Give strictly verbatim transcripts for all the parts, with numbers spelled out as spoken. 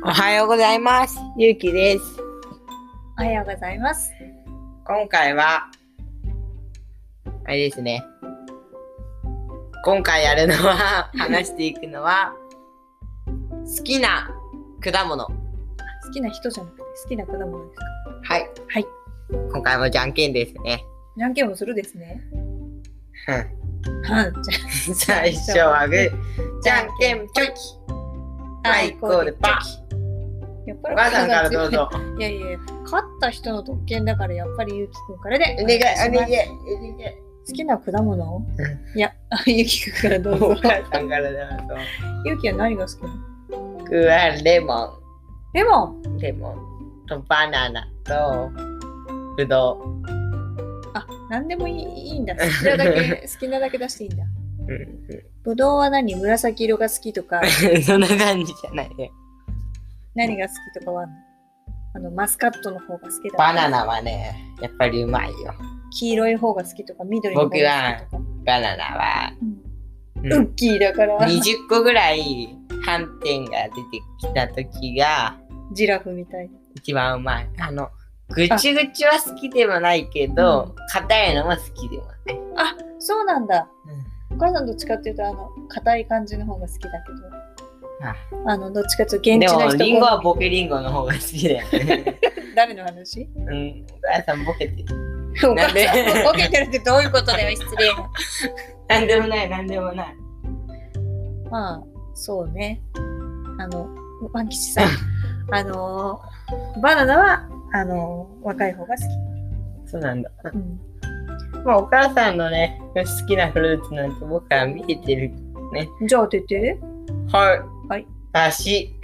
おはようございます。ゆうきです。 おはようございます。 今回はあれですね。今回やるのは話していくのは好きな果物。 好きな人じゃなくて好きな果物ですか？ はい。 はい。 今回もじゃんけんですね。 じゃんけんをするですね。 はん。じゃ最初はグー、じゃんけんチョキ。はい、こうでパー。 やっぱりお母さんからどうぞ。 いやいやいや、勝った人の特権だからやっぱりゆうきくんからで。 お願い、お願い、お願い。 好きな果物？ うん、 いや、ゆうきくんからどうぞ。 お母さんからどうぞ。 ゆうきは何が好きなの？ 僕はレモン。 レモン。 レモンとバナナとブドウ。 あ、なんでもいい、いいんだ。好きなだけ、好きなだけ出していいんだ。 うんうん、 ブドウは何？紫色が好きとか。 そんな感じじゃないね。 何が好きとかはあるの？あの、マスカットの方が好きだ。 バナナはね、やっぱりうまいよ。 黄色い方が好きとか、緑の方が好きとか。 僕はバナナは、 うんうん、ウッキーだからにじゅっこぐらい斑点が出てきた時がジラフみたいな一番うまい。あのぐちぐちは好きでもないけど、硬、うん、いのも好きでもない。 あ、そうなんだ、うん、お母さんどっちかっていうとあの硬い感じの方が好きだけど、あ, あのどっちかっていうと現地の人。 でもリンゴはボケリンゴの方が好きだよね。 誰の話？ うん、お母さんボケてる。 お母さんボケてるってどういうことだよ、失礼な。 なんでもない、なんでもない。 まあそうね。あのワン吉さん、あのバナナはあの若い方が好き。 そうなんだ。 うん、 まあお母さんのね好きなフルーツなんて僕は見ててるね。 じゃあ当てて。 はい。 はい。 足。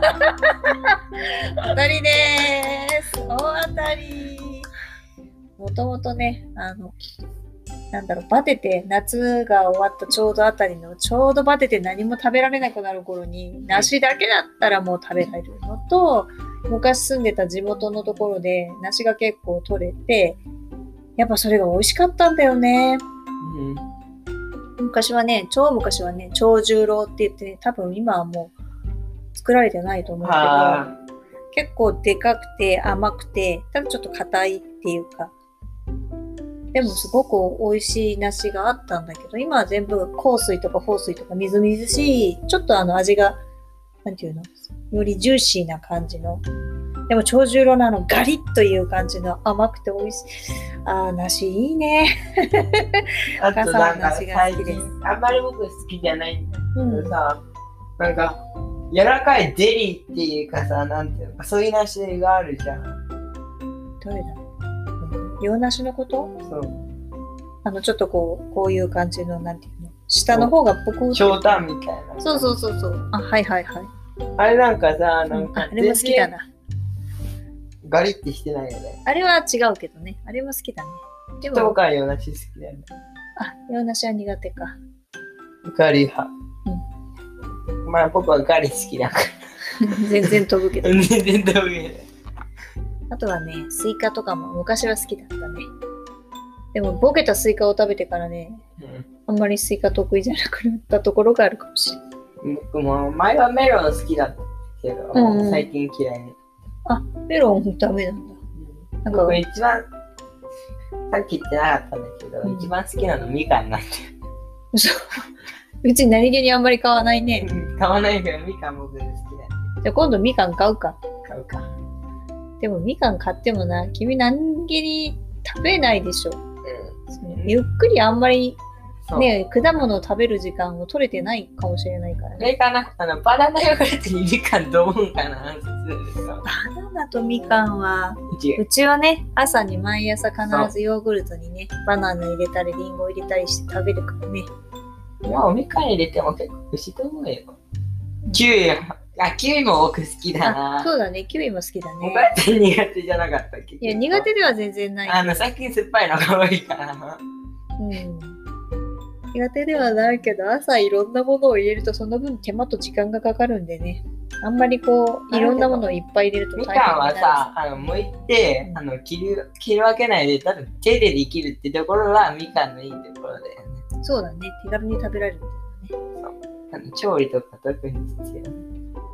当たりでーす。大当たり。もともとね、あの、なんだろう、バテて、夏が終わったちょうどあたりの、ちょうどバテて何も食べられなくなる頃に、梨だけだったらもう食べられるのと、昔住んでた地元のところで、梨が結構取れて、やっぱそれが美味しかったんだよね。うん、昔はね、超昔はね、長十郎って言ってね、多分今はもう作られてないと思うけど、結構でかくて甘くて、ただちょっと硬いっていうか、でもすごく美味しい梨があったんだけど、今は全部香水とか放水とかみずみずしい、ちょっとあの味が、なんていうの、よりジューシーな感じの、でも長十郎のあのガリッという感じの甘くて美味しい。あー、梨いいね。 あとなんか最近あんまり僕好きじゃないんだけどさ、うん、なんか柔らかいゼリーっていうかさ、なんていうのか、そういう梨があるじゃん。 どれだ？洋梨のこと？ そう。 あのちょっとこうこういう感じのなんていうの？下の方がポコッ。 ひょうたんみたいな。 そうそうそうそう。あ、はいはいはい。 あれなんかさ、なんか、 うん、あれも好きだな。 ガリってしてないよね。 あれは違うけどね。あれも好きだね。 でも僕は洋梨好きだよね。 あ、洋梨は苦手か。 ガリ派。うん。まあ僕はガリ好きだから。 全然飛ぶけど。 全然飛ぶけど。 あとはね、スイカとかも昔は好きだったね。でもボケたスイカを食べてからね、うん、あんまりスイカ得意じゃなくなったところがあるかもしれない。 僕も前はメロン好きだったけど、うんうん、最近嫌いに。 あ、メロンダメなんだ。 うん、なんか僕一番、さっき言ってなかったんだけど、うん、一番好きなのみかんなんて。 そう。別に何気にあんまり買わないね。 買わないけどみかん僕好きだ。 じゃあ今度みかん買うか。 買うか。 でもみかん買ってもな、君何気に食べないでしょ。うん、ゆっくりあんまりね、果物を食べる時間を取れてないかもしれないからね。 あれかな、あのバナナヨーグルトにみかんどう思うかな。 バナナとみかんは、うちはね、朝に毎朝必ずヨーグルトにね、バナナ入れたりリンゴ入れたりして食べるからね。 まあみかん入れても結構美味しいと思うよ。キウイ、あ、キウイも僕好きだな。 そうだね、キウイも好きだね。 お母さん苦手じゃなかったっけ？ いや、苦手では全然ない。 あの、最近酸っぱいのが多いからな。 うん。苦手ではないけど、朝いろんなものを入れるとその分手間と時間がかかるんでね。あんまりこう、いろんなものをいっぱい入れると大変になる。みかんはさ、あの、剥いて、うん、あの切る、切るわけないで、ただ手でできるってところはみかんのいいところだよね。 そうだね、手軽に食べられるんだよね。 そう。あの調理とか特に必要。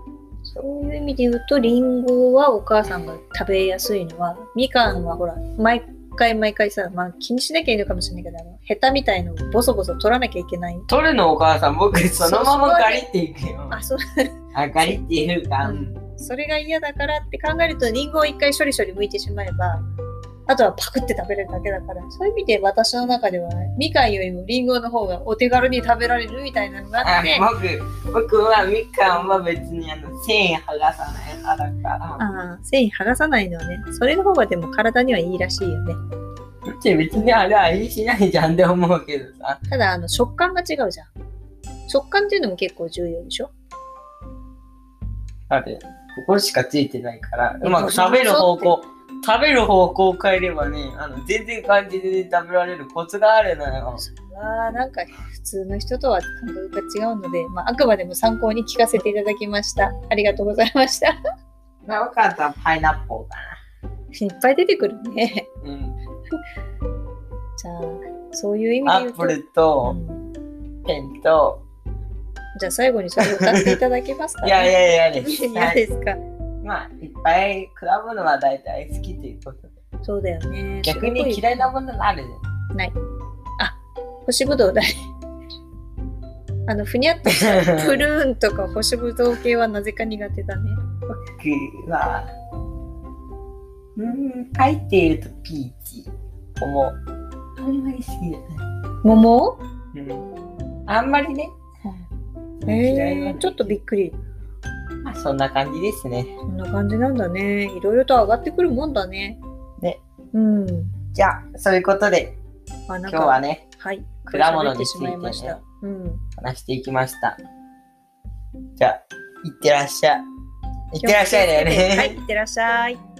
そういう意味で言うと、リンゴはお母さんが食べやすいのは、みかんはほら、毎回毎回さ、まあ気にしなきゃいいのかもしれないけど、あのヘタみたいのをボソボソ取らなきゃいけない。 取るのお母さん、僕そのままガリっていくよ。 あ、そう。 あ、ガリっていうか、 うん、それが嫌だからって考えると、リンゴを一回処理処理剥いてしまえば、あとはパクって食べれるだけだから、そういう意味で私の中では、みかんよりもリンゴの方がお手軽に食べられるみたいなのがあって。 あ僕、僕はみかんは別にあの繊維剥がさない派だから。 ああ、繊維剥がさないのはね、それの方がでも体にはいいらしいよね。 別にあれは味しないじゃんって思うけどさ。 ただ、あの、食感が違うじゃん。食感っていうのも結構重要でしょ？ あれ、ここしかついてないから、うまく食べる方向、食べる方向を変えればね、あの全然感じで食べられるコツがあるのよ。 それはなんか普通の人とは感覚が違うので、まあ、あくまでも参考に聞かせていただきました。ありがとうございました。 なおかったらパイナップルかいっぱい出てくるね。 な。うん。 じゃあ、そういう意味で言うと。 アップルと、うん、ペンと、 じゃあ最後にそれを歌っていただけますか、ね、 いやいやいやです。 嫌ですか。 まあ、いっぱい果物は大体好きということで。 そうだよね。 逆に嫌いなものがあるね。 ない。あ、干しぶどうだね。あの、ふにゃっとしたプルーンとか干しぶどう系はなぜか苦手だね。 僕は、うーん、書いているとピーチ。桃。あんまり好きじゃない。 桃？ うん。あんまりね。 えー、ちょっとびっくり。 まあ、そんな感じですね。 そんな感じなんだね。いろいろと上がってくるもんだね。 ね。 うん。 じゃあ、そういうことで、今日はね、 はい、 果物について、ね、 うん、 話していきました。じゃあ、いってらっしゃい。いってらっしゃいだよね。 はい、いってらっしゃい。